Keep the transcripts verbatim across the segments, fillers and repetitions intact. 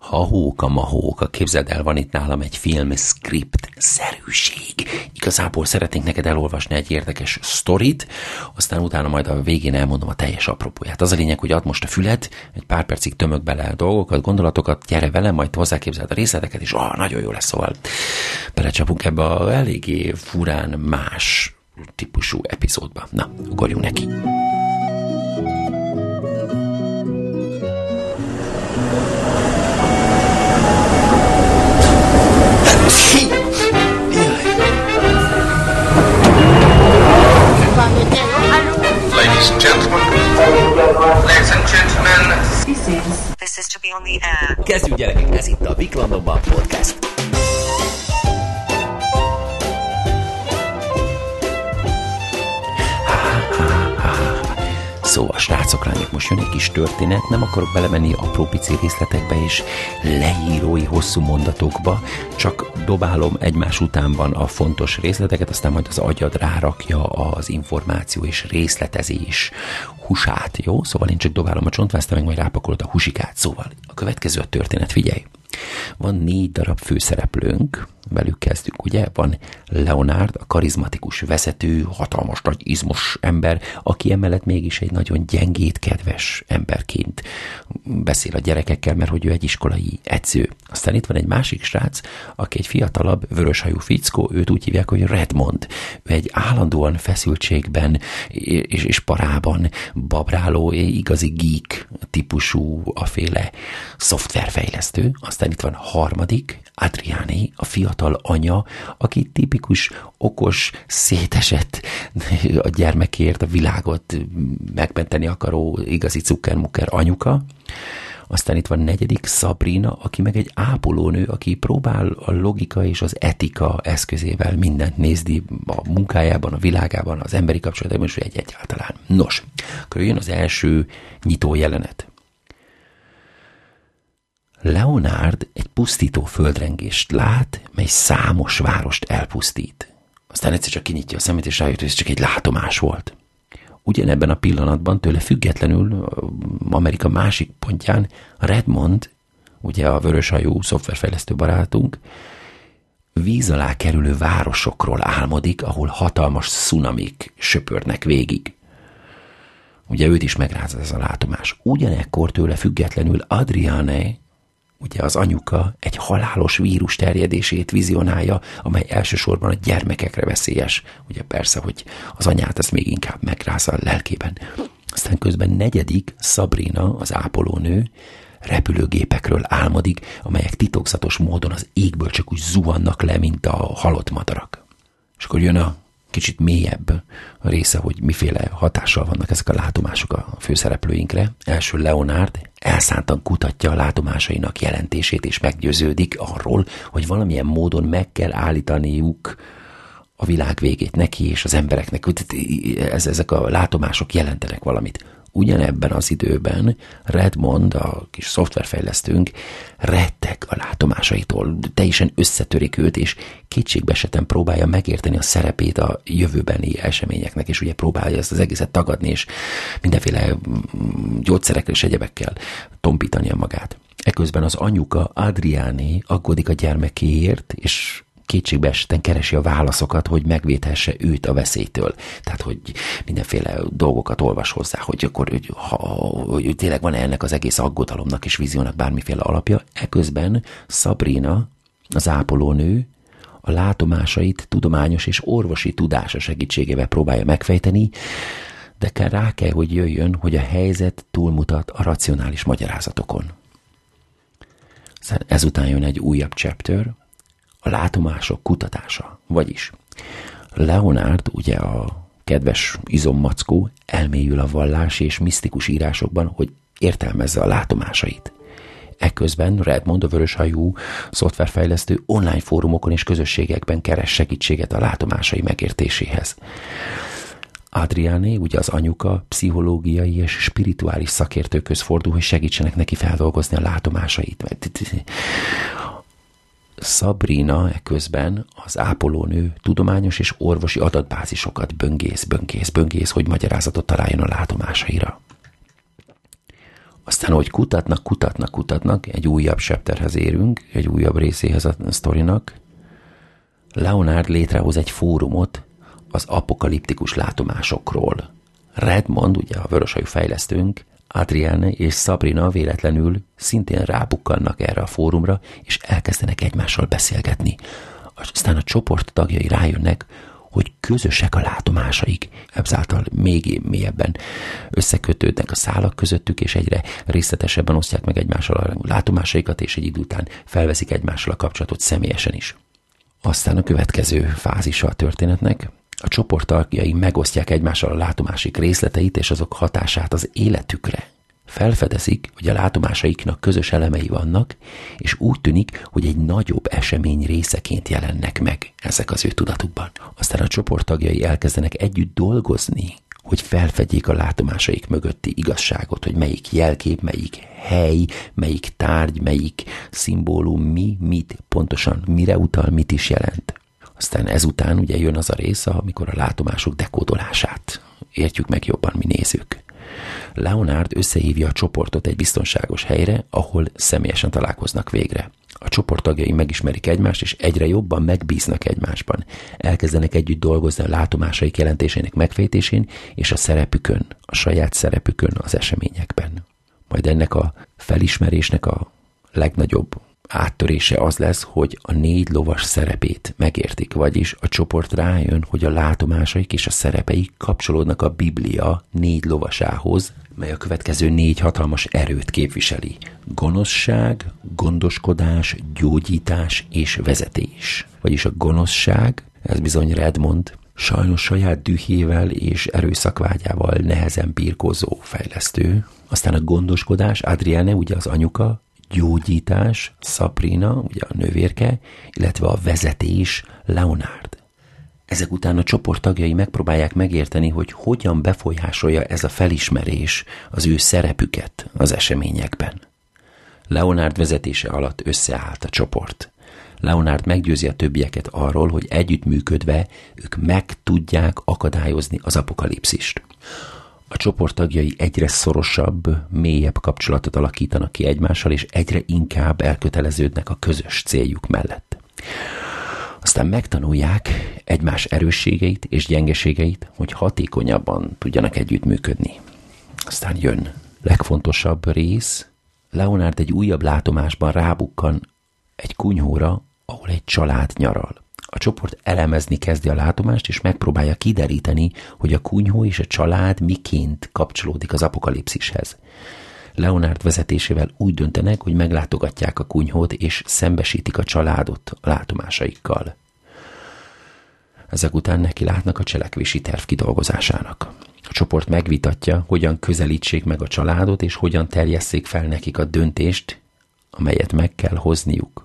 Hahóka, mahóka, képzeld el, van itt nálam egy film script-szerűség. Igazából szeretnénk neked elolvasni egy érdekes sztorit, aztán utána majd a végén elmondom a teljes apropóját. Az a lényeg, hogy add most a füled, egy pár percig tömök bele dolgokat, gondolatokat, gyere velem, majd hozzáképzeld a részleteket, és ah, nagyon jó lesz, szóval belecsapunk ebbe a eléggé furán más típusú epizódba. Na, ugorjunk neki! Ladies and gentlemen, ladies and gentlemen, This is This is to be on the air. Kezdjük, gyerekek, ez itt a Viklandokban Podcast. Szóval, srácok, lányok, most jön egy kis történet, nem akarok belemenni apró pici részletekbe és leírói hosszú mondatokba, csak dobálom egymás utánban a fontos részleteket, aztán majd az agyad rárakja az információ és részletezés húsát, jó? Szóval én csak dobálom a csontvázt, te meg majd rápakolod a húsikát. Szóval a következő a történet, figyelj! Van négy darab főszereplőnk, velük kezdünk, ugye? Van Leonard, a karizmatikus vezető, hatalmas nagy izmos ember, aki emellett mégis egy nagyon gyengét, kedves emberként beszél a gyerekekkel, mert hogy ő egy iskolai edző. Aztán itt van egy másik srác, aki egy fiatalabb, vöröshajú fickó, őt úgy hívják, hogy Redmond. Ő egy állandóan feszültségben és, és parában babráló, igazi geek típusú a féle szoftverfejlesztő. Aztán itt van harmadik, Adriane, a fiatal anya, aki tipikus, okos, szétesett a gyermekért, a világot megmenteni akaró igazi cukkermukker anyuka. Aztán itt van negyedik, Sabrina, aki meg egy ápolónő, aki próbál a logika és az etika eszközével mindent nézni a munkájában, a világában, az emberi kapcsolatban, és egy egyáltalán. Nos, akkor jön az első nyitó jelenet. Leonard egy pusztító földrengést lát, mely számos várost elpusztít. Aztán egyszer csak kinyitja a szemét, és rájött, hogy ez csak egy látomás volt. Ugyanebben a pillanatban tőle függetlenül Amerika másik pontján Redmond, ugye a vöröshajú szoftverfejlesztő barátunk, víz alá kerülő városokról álmodik, ahol hatalmas cunamik söpörnek végig. Ugye őt is megrázza ez a látomás. Ugyanekkor tőle függetlenül Adriane, ugye az anyuka, egy halálos vírus terjedését vizionálja, amely elsősorban a gyermekekre veszélyes. Ugye persze, hogy az anyát ezt még inkább megrázza a lelkében. Aztán közben negyedik, Sabrina, az ápolónő, repülőgépekről álmodik, amelyek titokzatos módon az égből csak úgy zuhannak le, mint a halott madarak. És akkor jön a kicsit mélyebb a része, hogy miféle hatással vannak ezek a látomások a főszereplőinkre. Első Leonard elszántan kutatja a látomásainak jelentését, és meggyőződik arról, hogy valamilyen módon meg kell állítaniuk a világ végét neki és az embereknek. Ez, ezek a látomások jelentenek valamit. Ugyanebben az időben Redmond, a kis szoftverfejlesztőnk, retteg a látomásaitól, teljesen összetörik őt, és kétségbeesetten próbálja megérteni a szerepét a jövőbeni eseményeknek, és ugye próbálja ezt az egészet tagadni, és mindenféle gyógyszerekkel és egyebekkel tompítania magát. Eközben az anyuka, Adriane, aggódik a gyermekéért, és kétségbeesetten keresi a válaszokat, hogy megvédhesse őt a veszélytől. Tehát, hogy mindenféle dolgokat olvas hozzá, hogy akkor hogy, ha, hogy tényleg van ennek az egész aggodalomnak és víziónak bármiféle alapja. Eközben Sabrina, az ápolónő, a látomásait tudományos és orvosi tudása segítségével próbálja megfejteni, de kell rá kell, hogy jöjjön, hogy a helyzet túlmutat a racionális magyarázatokon. Ezután jön egy újabb chapter, a látomások kutatása. Vagyis Leonard, ugye a kedves izommackó, elmélyül a vallási és misztikus írásokban, hogy értelmezze a látomásait. Eközben Redmond, a vöröshajú szoftverfejlesztő, online fórumokon és közösségekben keres segítséget a látomásai megértéséhez. Adriane, ugye az anyuka, pszichológiai és spirituális szakértőkhöz fordul, hogy segítsenek neki feldolgozni a látomásait. Sabrina eközben, az ápolónő, tudományos és orvosi adatbázisokat böngész, böngész, böngész, hogy magyarázatot találjon a látomásaira. Aztán, hogy kutatnak, kutatnak, kutatnak, egy újabb chapterhez érünk, egy újabb részéhez a sztorinak. Leonard létrehoz egy fórumot az apokaliptikus látomásokról. Redmond, ugye a vöröshajú fejlesztőnk, Adrienne és Sabrina véletlenül szintén rábukkannak erre a fórumra, és elkezdenek egymással beszélgetni. Aztán a csoport tagjai rájönnek, hogy közösek a látomásaik. Ezáltal még mélyebben összekötődnek a szálak közöttük, és egyre részletesebben osztják meg egymással a látomásaikat, és egy idő után felveszik egymással a kapcsolatot személyesen is. Aztán a következő fázisa a történetnek. A csoport tagjai megosztják egymással a látomásik részleteit és azok hatását az életükre. Felfedezik, hogy a látomásaiknak közös elemei vannak, és úgy tűnik, hogy egy nagyobb esemény részeként jelennek meg ezek az ő tudatukban. Aztán a csoport tagjai elkezdenek együtt dolgozni, hogy felfedjék a látomásaik mögötti igazságot, hogy melyik jelkép, melyik hely, melyik tárgy, melyik szimbólum, mi, mit, pontosan mire utal, mit is jelent. Aztán ezután ugye jön az a rész, amikor a látomások dekódolását értjük meg jobban mi nézők. Leonard összehívja a csoportot egy biztonságos helyre, ahol személyesen találkoznak végre. A csoport tagjai megismerik egymást, és egyre jobban megbíznak egymásban. Elkezdenek együtt dolgozni a látomásaik jelentésének megfejtésén, és a szerepükön, a saját szerepükön az eseményekben. Majd ennek a felismerésnek a legnagyobb áttörése az lesz, hogy a négy lovas szerepét megértik, vagyis a csoport rájön, hogy a látomásaik és a szerepeik kapcsolódnak a Biblia négy lovasához, mely a következő négy hatalmas erőt képviseli. Gonoszság, gondoskodás, gyógyítás és vezetés. Vagyis a gonoszság, ez bizony Redmond, sajnos saját dühével és erőszakvágyával nehezen birkózó fejlesztő. Aztán a gondoskodás, Adrienne, ugye az anyuka, gyógyítás, Sabrina, ugye a nővérke, illetve a vezetés, Leonard. Ezek után a csoport tagjai megpróbálják megérteni, hogy hogyan befolyásolja ez a felismerés az ő szerepüket az eseményekben. Leonard vezetése alatt összeállt a csoport. Leonard meggyőzi a többieket arról, hogy együttműködve ők meg tudják akadályozni az apokalipszist. A csoport tagjai egyre szorosabb, mélyebb kapcsolatot alakítanak ki egymással, és egyre inkább elköteleződnek a közös céljuk mellett. Aztán megtanulják egymás erősségeit és gyengeségeit, hogy hatékonyabban tudjanak együttműködni. Aztán jön legfontosabb rész. Leonard egy újabb látomásban rábukkan egy kunyhóra, ahol egy család nyaral. A csoport elemezni kezdi a látomást, és megpróbálja kideríteni, hogy a kunyhó és a család miként kapcsolódik az apokalipszishez. Leonard vezetésével úgy döntenek, hogy meglátogatják a kunyhót, és szembesítik a családot a látomásaikkal. Ezek után neki látnak a cselekvési terv kidolgozásának. A csoport megvitatja, hogyan közelítsék meg a családot, és hogyan terjesszék fel nekik a döntést, amelyet meg kell hozniuk.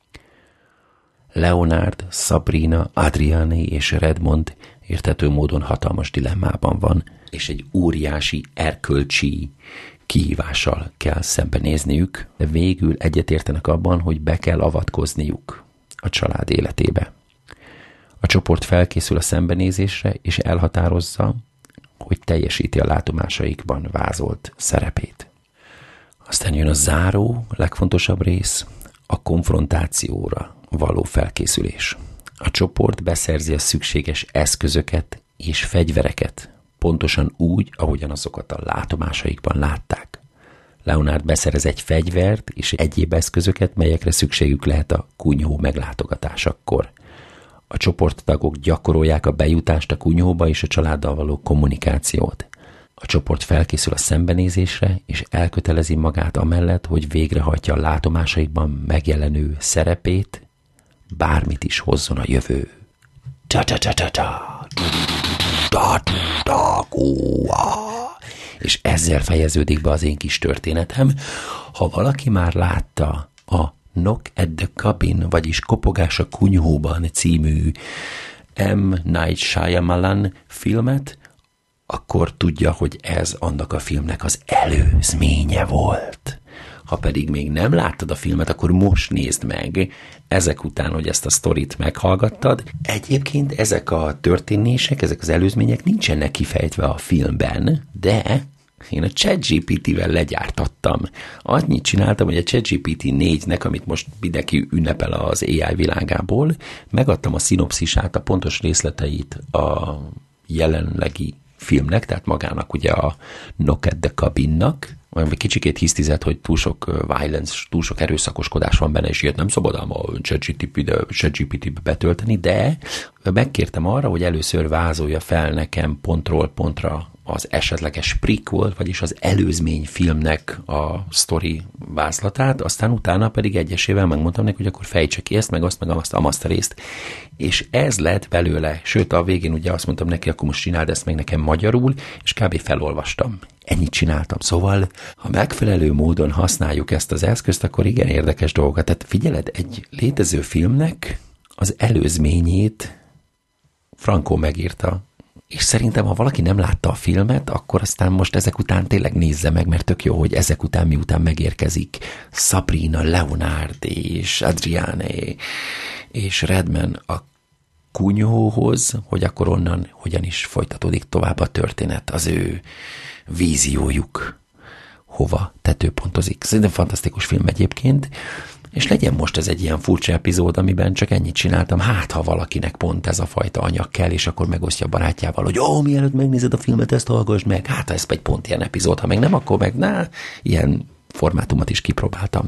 Leonard, Sabrina, Adrienne és Redmond érthető módon hatalmas dilemmában van, és egy óriási erkölcsi kihívással kell szembenézniük, de végül egyetértenek abban, hogy be kell avatkozniuk a család életébe. A csoport felkészül a szembenézésre, és elhatározza, hogy teljesíti a látomásaikban vázolt szerepét. Aztán jön a záró, legfontosabb rész, a konfrontációra való felkészülés. A csoport beszerzi a szükséges eszközöket és fegyvereket, pontosan úgy, ahogyan azokat a látomásaikban látták. Leonard beszerez egy fegyvert és egyéb eszközöket, melyekre szükségük lehet a kunyhó meglátogatásakor. A csoporttagok gyakorolják a bejutást a kunyhóba és a családdal való kommunikációt. A csoport felkészül a szembenézésre, és elkötelezi magát amellett, hogy végrehajtja a látomásaikban megjelenő szerepét, bármit is hozzon a jövő. És ezzel fejeződik be az én kis történetem. Ha valaki már látta a Knock at the Cabin, vagyis Kopogás a kunyhóban című M. Night Shyamalan filmet, akkor tudja, hogy ez annak a filmnek az előzménye volt. Ha pedig még nem láttad a filmet, akkor most nézd meg, ezek után, hogy ezt a sztorit meghallgattad. Egyébként ezek a történések, ezek az előzmények nincsenek kifejtve a filmben, de Én a ChatGPT-vel legyártattam. Annyit csináltam, hogy a ChatGPT négynek, amit most mindenki ünnepel az á i világából, megadtam a szinopszisát, a pontos részleteit a jelenlegi filmnek, tehát magának ugye a Knock at the Cabin-nak, olyan kicsikét hisztizett, hogy túl sok violence, túl sok erőszakoskodás van benne, és ilyet nem szabad ám a ChatGPT-be betölteni, de megkértem arra, hogy először vázolja fel nekem pontról pontra az esetleges prequel, vagyis az előzmény filmnek a sztori vázlatát, aztán utána pedig egyesével megmondtam neki, hogy akkor fejtse ki ezt, meg azt, meg azt, azt a részt. És ez lett belőle, sőt a végén ugye azt mondtam neki, akkor most csináld ezt meg nekem magyarul, és kb. Felolvastam. Ennyit csináltam. Szóval, ha megfelelő módon használjuk ezt az eszközt, akkor igen érdekes dolgokat. Tehát figyeled, egy létező filmnek az előzményét Franco megírta, és szerintem, ha valaki nem látta a filmet, akkor aztán most ezek után tényleg nézze meg, mert tök jó, hogy ezek után miután megérkezik Sabrina, Leonard és Adriane és Redman a kunyhóhoz, hogy akkor onnan hogyan is folytatódik tovább a történet, az ő víziójuk hova tetőpontozik. Szerintem fantasztikus film egyébként, és legyen most ez egy ilyen furcsa epizód, amiben csak ennyit csináltam, hát ha valakinek pont ez a fajta anyag kell, és akkor megosztja a barátjával, hogy ó, mielőtt megnézed a filmet, ezt hallgass meg, hát ha ez egy pont ilyen epizód, ha meg nem, akkor meg na, ilyen formátumot is kipróbáltam.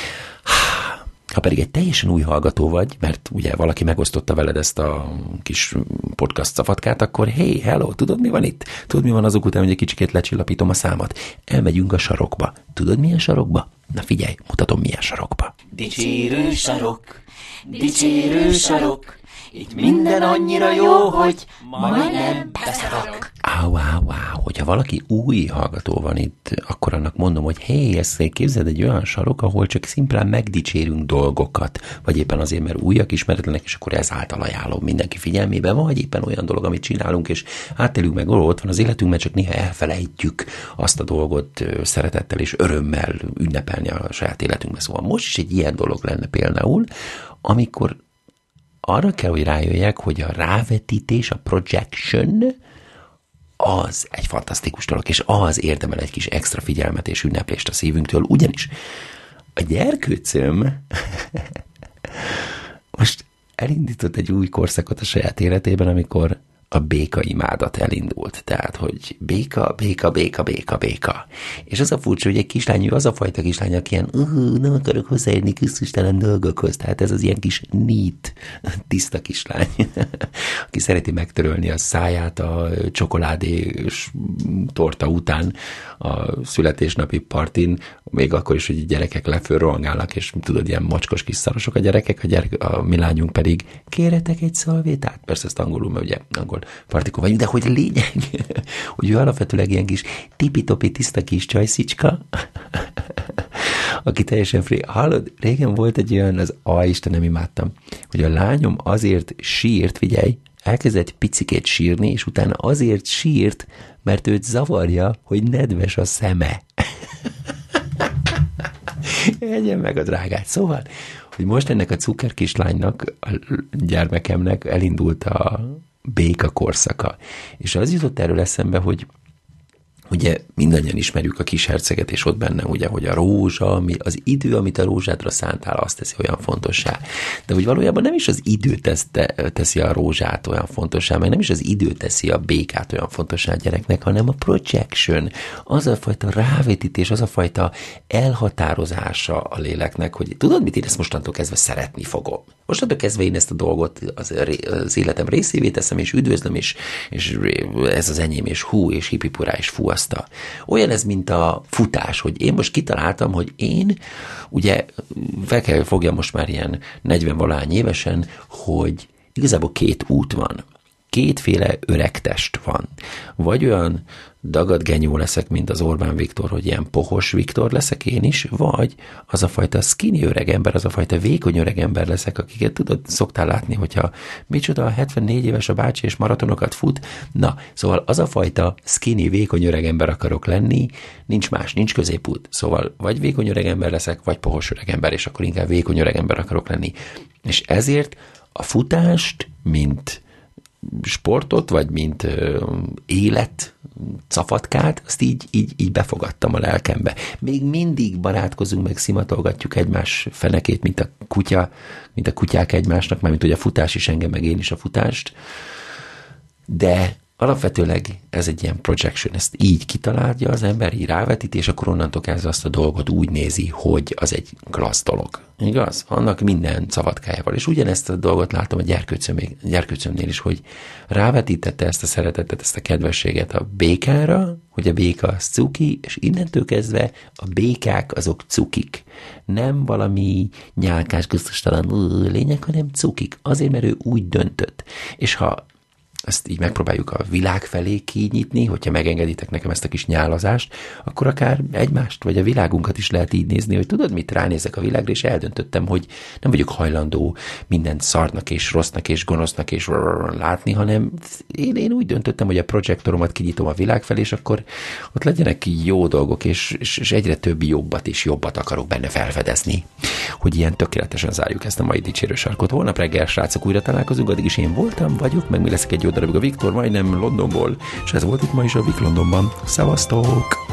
Ha pedig egy teljesen új hallgató vagy, mert ugye valaki megosztotta veled ezt a kis podcast szafatkát, akkor hey, hello, tudod mi van itt? Tudod mi van azok után, hogy egy kicsikét lecsillapítom a számat? Elmegyünk a sarokba. Tudod milyen sarokba? Na figyelj, mutatom milyen sarokba. Dicsérő sarok, dicsérő sarok, itt minden annyira jó, hogy majdnem beszarok. Áú, áú, áú, hogyha valaki új hallgató van itt, akkor annak mondom, hogy hé, ezt képzeld egy olyan sarok, ahol csak szimplán megdicsérünk dolgokat, vagy éppen azért, mert újak, ismeretlenek, és akkor ezáltal ajánlom mindenki figyelmébe, vagy éppen olyan dolog, amit csinálunk, és átélünk meg, ott van az életünk, mert csak néha elfelejtjük azt a dolgot szeretettel és örömmel ünnepelni a saját életünkbe. Szóval most is egy ilyen dolog lenne például, amikor arra kell, hogy rájöjjek, hogy a rávetítés, a projection az egy fantasztikus dolog, és az érdemel egy kis extra figyelmet és ünneplést a szívünktől, ugyanis a gyerkőcöm most elindított egy új korszakot a saját életében, amikor a béka imádat elindult. Tehát, hogy béka, béka, béka, béka, béka. És az a furcsa, hogy egy kislány, az a fajta kislány, aki ilyen, uh, nem akarok hozzáérni köztustelen dolgokhoz. Tehát ez az ilyen kis neat, tiszta kislány, aki szereti megtörölni a száját a csokoládés torta után a születésnapi partin, még akkor is, hogy gyerekek leföl rohangálnak, és tudod, ilyen mocskos kis szarosok a gyerekek, a, gyerek, a mi lányunk pedig kéretek egy szalvétát. Persze ezt angolul, mert ugye angol partikó vagyunk, de hogy lényeg, hogy ő alapvetőleg ilyen kis tipi-topi tiszta kis csajszicska, aki teljesen free. Hallod, régen volt egy olyan, az a Isten, nem imádtam, hogy a lányom azért sírt, figyelj, elkezdett picikét sírni, és utána azért sírt, mert őt zavarja, hogy nedves a szeme. Egyen meg a drágát. Szóval, hogy most ennek a cukerkislánynak, a gyermekemnek elindult a béka korszaka. És az jutott erről eszembe, hogy ugye mindannyian ismerjük a kis herceget, és ott benne ugye, hogy a rózsa, az idő, amit a rózsádra szántál, azt teszi olyan fontossá. De hogy valójában nem is az idő teszi a rózsát olyan fontossá, meg nem is az idő teszi a békát olyan fontossá a gyereknek, hanem a projection, az a fajta rávetítés, az a fajta elhatározása a léleknek, hogy tudod mit, én ezt mostantól kezdve szeretni fogom. Mostantól kezdve én ezt a dolgot az, az életem részévé teszem, és üdvözlöm, és, és ez az enyém, és hú, és hipipurá, és fú, azta. Olyan ez, mint a futás, hogy én most kitaláltam, hogy én, ugye fel kell fogjam most már ilyen negyven-valahány évesen, hogy igazából két út van. Kétféle öreg test van. Vagy olyan dagadgenyó leszek, mint az Orbán Viktor, hogy ilyen pohos Viktor leszek én is, vagy az a fajta skinny öreg ember, az a fajta vékony öreg ember leszek, akiket tudod, szoktál látni, hogyha micsoda, hetvennégy éves a bácsi és maratonokat fut. Na, szóval az a fajta skinny, vékony öreg ember akarok lenni, nincs más, nincs középút. Szóval vagy vékony öreg ember leszek, vagy pohos öreg ember, és akkor inkább vékony öreg ember akarok lenni. És ezért a futást, mint sportot, vagy mint ö, élet cafatkát, azt így, így, így befogadtam a lelkembe. Még mindig barátkozunk, meg szimatolgatjuk egymás fenekét, mint a kutya, mint a kutyák egymásnak, mármint hogy a futás is engem, meg én is a futást, de alapvetőleg ez egy ilyen projection, ezt így kitalálja az ember, így rávetít, és akkor onnantól kezdve azt a dolgot úgy nézi, hogy az egy klassz dolog. Igaz? Annak minden cavatkájával. És ugyanezt a dolgot látom a gyerkőcömnél is, hogy rávetítette ezt a szeretetet, ezt a kedvességet a békára, hogy a béka az cuki, és innentől kezdve a békák azok cukik. Nem valami nyálkás, köztustalan lények, hanem cukik. Azért, mert ő úgy döntött. És ha ezt így megpróbáljuk a világ felé kinyitni, hogyha megengeditek nekem ezt a kis nyálazást, akkor akár egymást, vagy a világunkat is lehet így nézni, hogy tudod mit, ránézek a világra, és eldöntöttem, hogy nem vagyok hajlandó mindent szarnak és rossznak és gonosznak és látni, hanem én, én úgy döntöttem, hogy a projektoromat kinyitom a világ felé, és akkor ott legyenek jó dolgok, és, és, és egyre több jobbat és jobbat akarok benne felfedezni, hogy ilyen tökéletesen zárjuk ezt a mai dicsérő sarkot. Holnap reggel, srácok, újra találkozunk, addig is én voltam, vagyok, meg mi leszek egy jó darabig a Viktor, majdnem Londonból, és ez volt itt ma is a Vik Londonban. Szevasztok!